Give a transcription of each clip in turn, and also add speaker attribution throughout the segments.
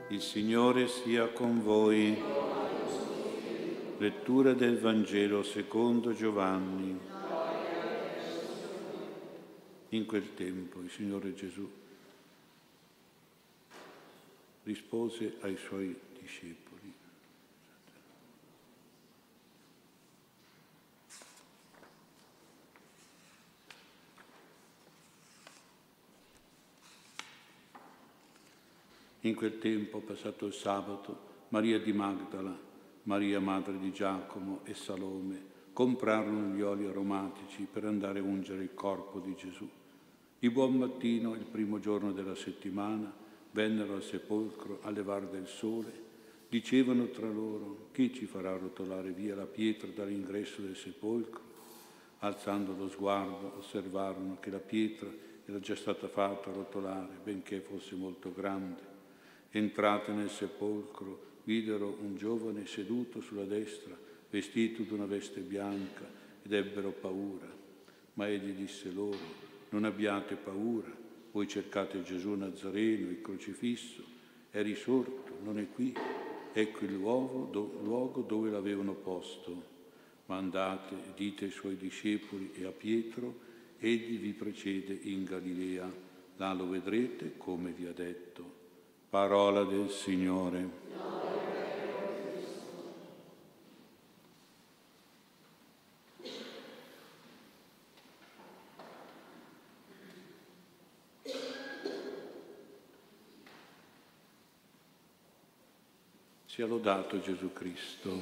Speaker 1: Il Signore sia con voi. Lettura del Vangelo secondo Giovanni. In quel tempo il Signore Gesù rispose ai Suoi discepoli: in quel tempo, passato il sabato, Maria di Magdala, Maria madre di Giacomo e Salome comprarono gli oli aromatici per andare a ungere il corpo di Gesù. Di buon mattino, il primo giorno della settimana, vennero al sepolcro a levar del sole. Dicevano tra loro: chi ci farà rotolare via la pietra dall'ingresso del sepolcro? Alzando lo sguardo, osservarono che la pietra era già stata fatta rotolare, benché fosse molto grande. Entrate nel sepolcro, videro un giovane seduto sulla destra, vestito d'una veste bianca, ed ebbero paura. Ma egli disse loro: non abbiate paura, voi cercate Gesù Nazareno, il crocifisso. È risorto, non è qui. Ecco il luogo dove l'avevano posto. Ma andate e dite ai Suoi discepoli e a Pietro: egli vi precede in Galilea, là lo vedrete come vi ha detto. Parola del Signore. Sia lodato Gesù Cristo.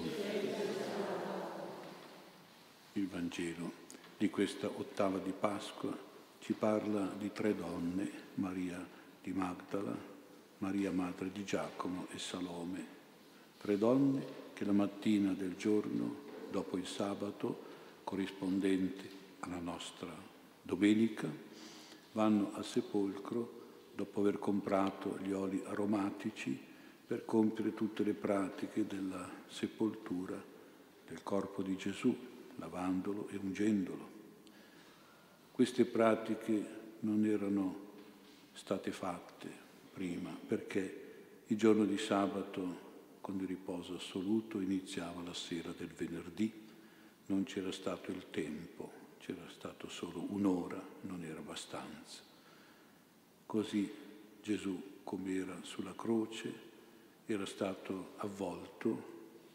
Speaker 1: Il Vangelo di questa ottava di Pasqua ci parla di 3 donne: Maria di Magdala, Maria madre di Giacomo e Salome. 3 donne che la mattina del giorno dopo il sabato, corrispondente alla nostra domenica, vanno al sepolcro dopo aver comprato gli oli aromatici per compiere tutte le pratiche della sepoltura del corpo di Gesù, lavandolo e ungendolo. Queste pratiche non erano state fatte prima, perché il giorno di sabato, con il riposo assoluto, iniziava la sera del venerdì, non c'era stato il tempo, c'era stato solo un'ora, non era abbastanza. Così Gesù, come era sulla croce, era stato avvolto,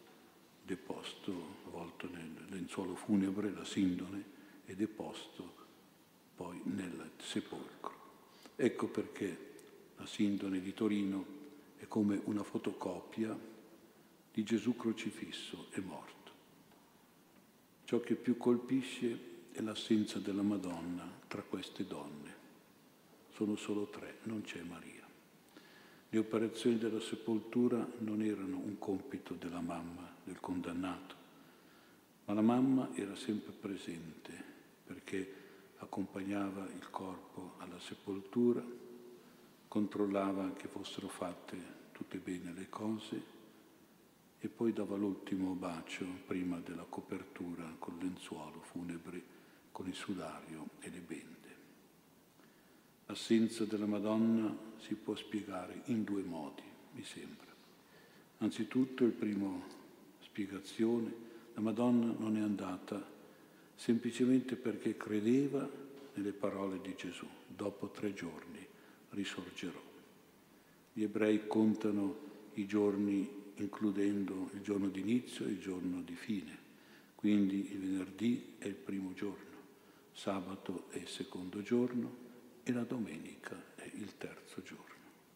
Speaker 1: avvolto nel lenzuolo funebre, la sindone, e deposto poi nel sepolcro. Ecco perché la sindone di Torino è come una fotocopia di Gesù crocifisso e morto. Ciò che più colpisce è l'assenza della Madonna tra queste donne. Sono solo 3, non c'è Maria. Le operazioni della sepoltura non erano un compito della mamma del condannato, ma la mamma era sempre presente perché accompagnava il corpo alla sepoltura, controllava che fossero fatte tutte bene le cose e poi dava l'ultimo bacio prima della copertura col lenzuolo funebre, con il sudario e le bende. L'assenza della Madonna si può spiegare in 2 modi, mi sembra. Anzitutto, il primo spiegazione: la Madonna non è andata semplicemente perché credeva nelle parole di Gesù: dopo 3 giorni risorgerò. Gli ebrei contano i giorni includendo il giorno di inizio e il giorno di fine. Quindi il venerdì è il primo giorno, sabato è il secondo giorno e la domenica è il terzo giorno.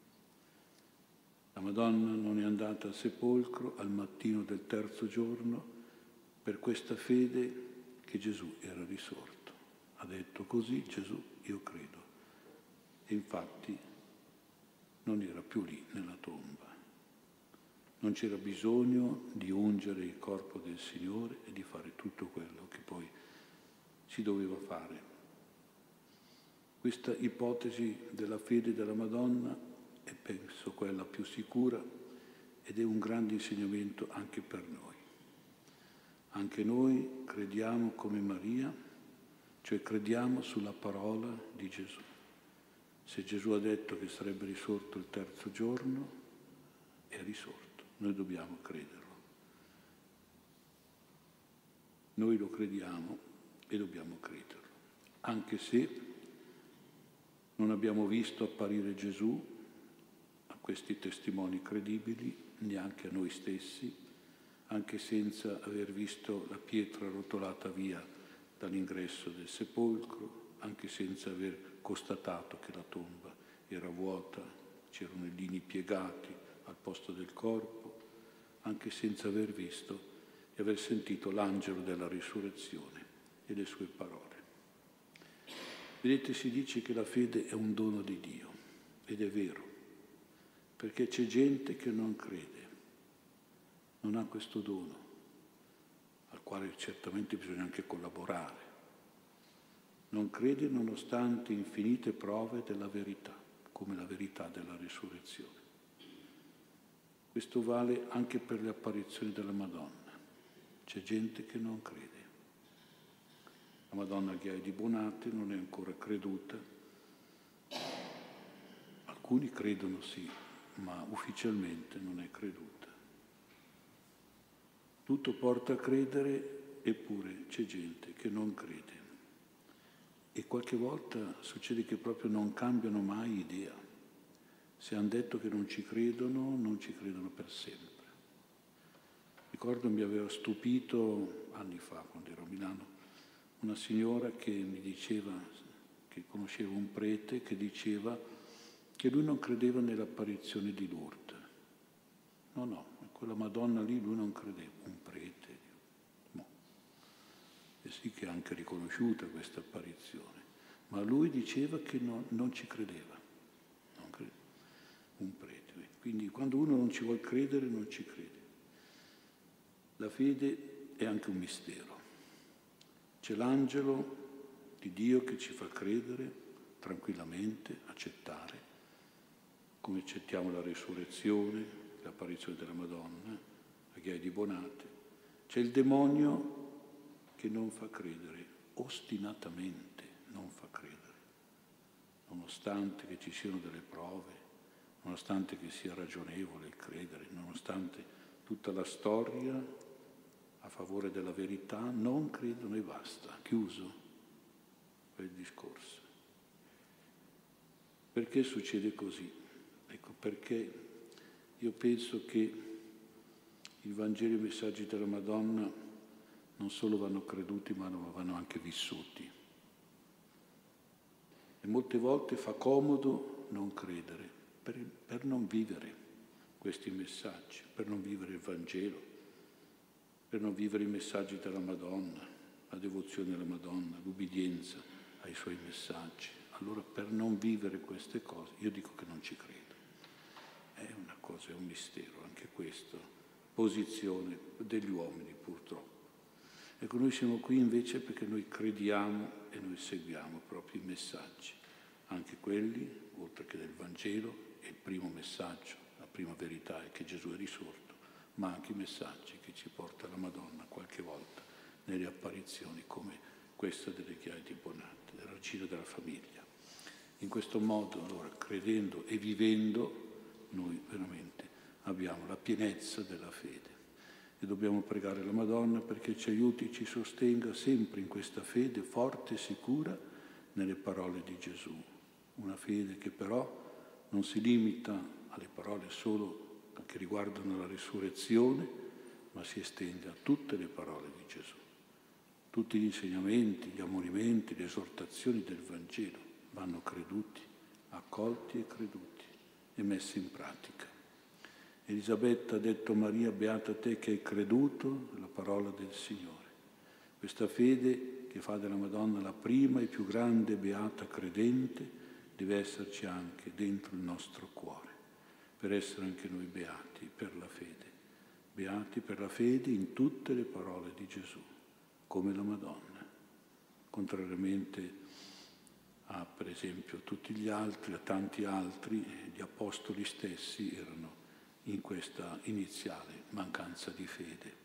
Speaker 1: La Madonna non è andata al sepolcro al mattino del terzo giorno per questa fede che Gesù era risorto. Ha detto: così Gesù, io credo. E infatti non era più lì nella tomba. Non c'era bisogno di ungere il corpo del Signore e di fare tutto quello che poi si doveva fare. Questa ipotesi della fede della Madonna è, penso, quella più sicura ed è un grande insegnamento anche per noi. Anche noi crediamo come Maria, cioè crediamo sulla parola di Gesù. Se Gesù ha detto che sarebbe risorto il terzo giorno, è risorto. Noi dobbiamo crederlo. Noi lo crediamo e dobbiamo crederlo, anche se non abbiamo visto apparire Gesù a questi testimoni credibili, neanche a noi stessi, anche senza aver visto la pietra rotolata via dall'ingresso del sepolcro, anche senza aver constatato che la tomba era vuota, c'erano i lini piegati al posto del corpo, anche senza aver visto e aver sentito l'angelo della risurrezione e le sue parole. Vedete, si dice che la fede è un dono di Dio, ed è vero, perché c'è gente che non crede, non ha questo dono, al quale certamente bisogna anche collaborare. Non crede nonostante infinite prove della verità, come la verità della risurrezione. Questo vale anche per le apparizioni della Madonna. C'è gente che non crede. La Madonna Ghiaia di Bonate non è ancora creduta. Alcuni credono sì, ma ufficialmente non è creduta. Tutto porta a credere, eppure c'è gente che non crede. E qualche volta succede che proprio non cambiano mai idea. Se hanno detto che non ci credono, non ci credono per sempre. Ricordo mi aveva stupito anni fa, quando ero a Milano, una signora che mi diceva, che conosceva un prete, che diceva che lui non credeva nell'apparizione di Lourdes. No, quella Madonna lì lui non credeva, un prete. No. E sì che è anche riconosciuta questa apparizione, ma lui diceva che non ci credeva. Non credeva. Un prete. Quindi quando uno non ci vuol credere, non ci crede. La fede è anche un mistero. C'è l'angelo di Dio che ci fa credere tranquillamente, accettare, come accettiamo la risurrezione, l'apparizione della Madonna, la Ghiaia di Bonate. C'è il demonio che non fa credere, ostinatamente non fa credere, nonostante che ci siano delle prove, nonostante che sia ragionevole il credere, nonostante tutta la storia a favore della verità, non credono e basta. Chiuso quel discorso. Perché succede così? Ecco, perché io penso che il Vangelo e i messaggi della Madonna non solo vanno creduti, ma vanno anche vissuti. E molte volte fa comodo non credere, per non vivere questi messaggi, per non vivere il Vangelo, per non vivere i messaggi della Madonna, la devozione alla Madonna, l'ubbidienza ai suoi messaggi. Allora per non vivere queste cose, io dico che non ci credo. È una cosa, è un mistero anche questo, posizione degli uomini purtroppo. Ecco, noi siamo qui invece perché noi crediamo e noi seguiamo proprio i messaggi, anche quelli, oltre che del Vangelo, è il primo messaggio, la prima verità è che Gesù è risorto, ma anche i messaggi che ci porta la Madonna qualche volta nelle apparizioni come questa delle Ghiaie di Bonate, della Regina della Famiglia. In questo modo, allora, credendo e vivendo, noi veramente abbiamo la pienezza della fede e dobbiamo pregare la Madonna perché ci aiuti, ci sostenga sempre in questa fede forte e sicura nelle parole di Gesù. Una fede che però non si limita alle parole solo che riguardano la risurrezione, ma si estende a tutte le parole di Gesù. Tutti gli insegnamenti, gli ammonimenti, le esortazioni del Vangelo vanno creduti, accolti e creduti e messi in pratica. Elisabetta ha detto: Maria, beata te che hai creduto alla parola del Signore. Questa fede che fa della Madonna la prima e più grande beata credente deve esserci anche dentro il nostro cuore, per essere anche noi beati per la fede. Beati per la fede in tutte le parole di Gesù, come la Madonna, contrariamente a, per esempio, tutti gli altri, a tanti altri, gli apostoli stessi erano in questa iniziale mancanza di fede,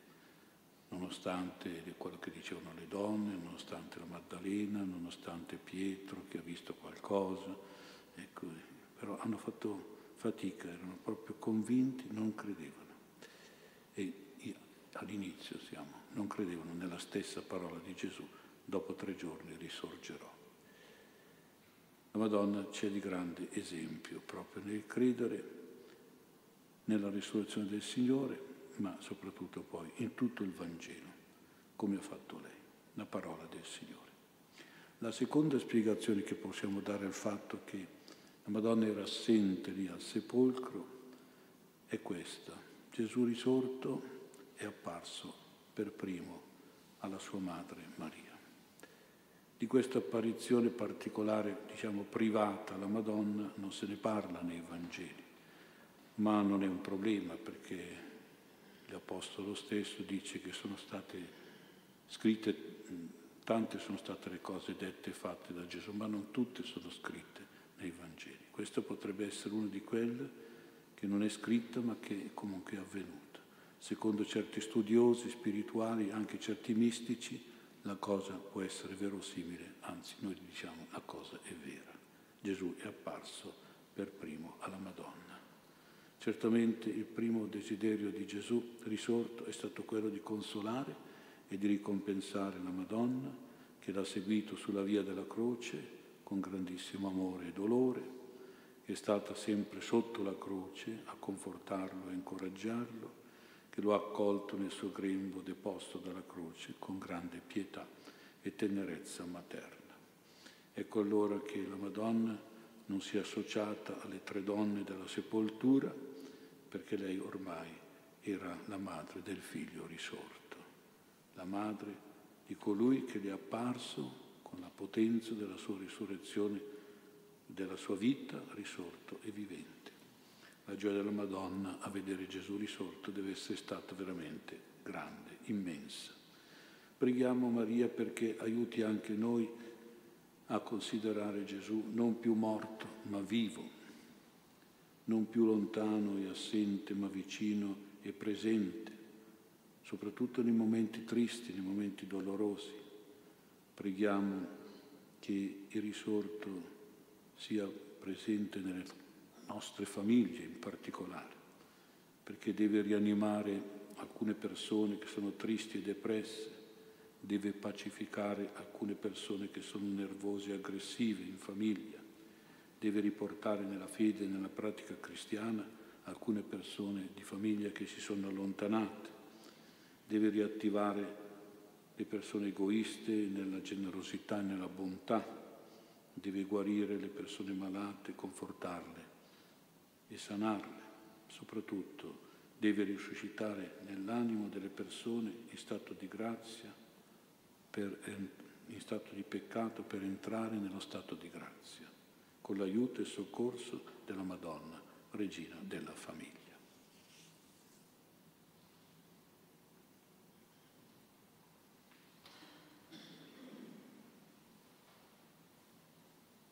Speaker 1: nonostante quello che dicevano le donne, nonostante la Maddalena, nonostante Pietro che ha visto qualcosa, ecco, però hanno fatto fatica, erano proprio convinti, non credevano. E all'inizio non credevano nella stessa parola di Gesù, dopo 3 giorni risorgerò. La Madonna c'è di grande esempio proprio nel credere nella risurrezione del Signore, ma soprattutto poi in tutto il Vangelo, come ha fatto lei, la parola del Signore. La seconda spiegazione che possiamo dare al fatto che la Madonna era assente lì al sepolcro è questa: Gesù risorto è apparso per primo alla sua madre Maria. Di questa apparizione particolare, privata alla Madonna, non se ne parla nei Vangeli, ma non è un problema, perché l'Apostolo stesso dice che sono state scritte, tante sono state le cose dette e fatte da Gesù, ma non tutte sono scritte nei Vangeli. Questa potrebbe essere una di quelle che non è scritta, ma che comunque è avvenuta. Secondo certi studiosi spirituali, anche certi mistici, la cosa può essere verosimile, anzi noi diciamo la cosa è vera. Gesù è apparso per primo alla Madonna. Certamente il primo desiderio di Gesù risorto è stato quello di consolare e di ricompensare la Madonna, che l'ha seguito sulla via della croce con grandissimo amore e dolore, che è stata sempre sotto la croce a confortarlo e incoraggiarlo, che lo ha accolto nel suo grembo deposto dalla croce con grande pietà e tenerezza materna. Ecco allora che la Madonna non si è associata alle 3 donne della sepoltura, perché lei ormai era la madre del Figlio risorto, la madre di colui che le è apparso con la potenza della sua risurrezione, della sua vita, risorto e vivente. La gioia della Madonna a vedere Gesù risorto deve essere stata veramente grande, immensa. Preghiamo Maria perché aiuti anche noi a considerare Gesù non più morto, ma vivo, non più lontano e assente, ma vicino e presente, soprattutto nei momenti tristi, nei momenti dolorosi. Preghiamo che il risorto sia presente nelle nostre famiglie in particolare, perché deve rianimare alcune persone che sono tristi e depresse, deve pacificare alcune persone che sono nervose e aggressive in famiglia, deve riportare nella fede e nella pratica cristiana alcune persone di famiglia che si sono allontanate, deve riattivare le persone egoiste nella generosità e nella bontà, deve guarire le persone malate, confortarle e sanarle. Soprattutto deve risuscitare nell'animo delle persone in stato di grazia, in stato di peccato, per entrare nello stato di grazia, con l'aiuto e il soccorso della Madonna, Regina della famiglia.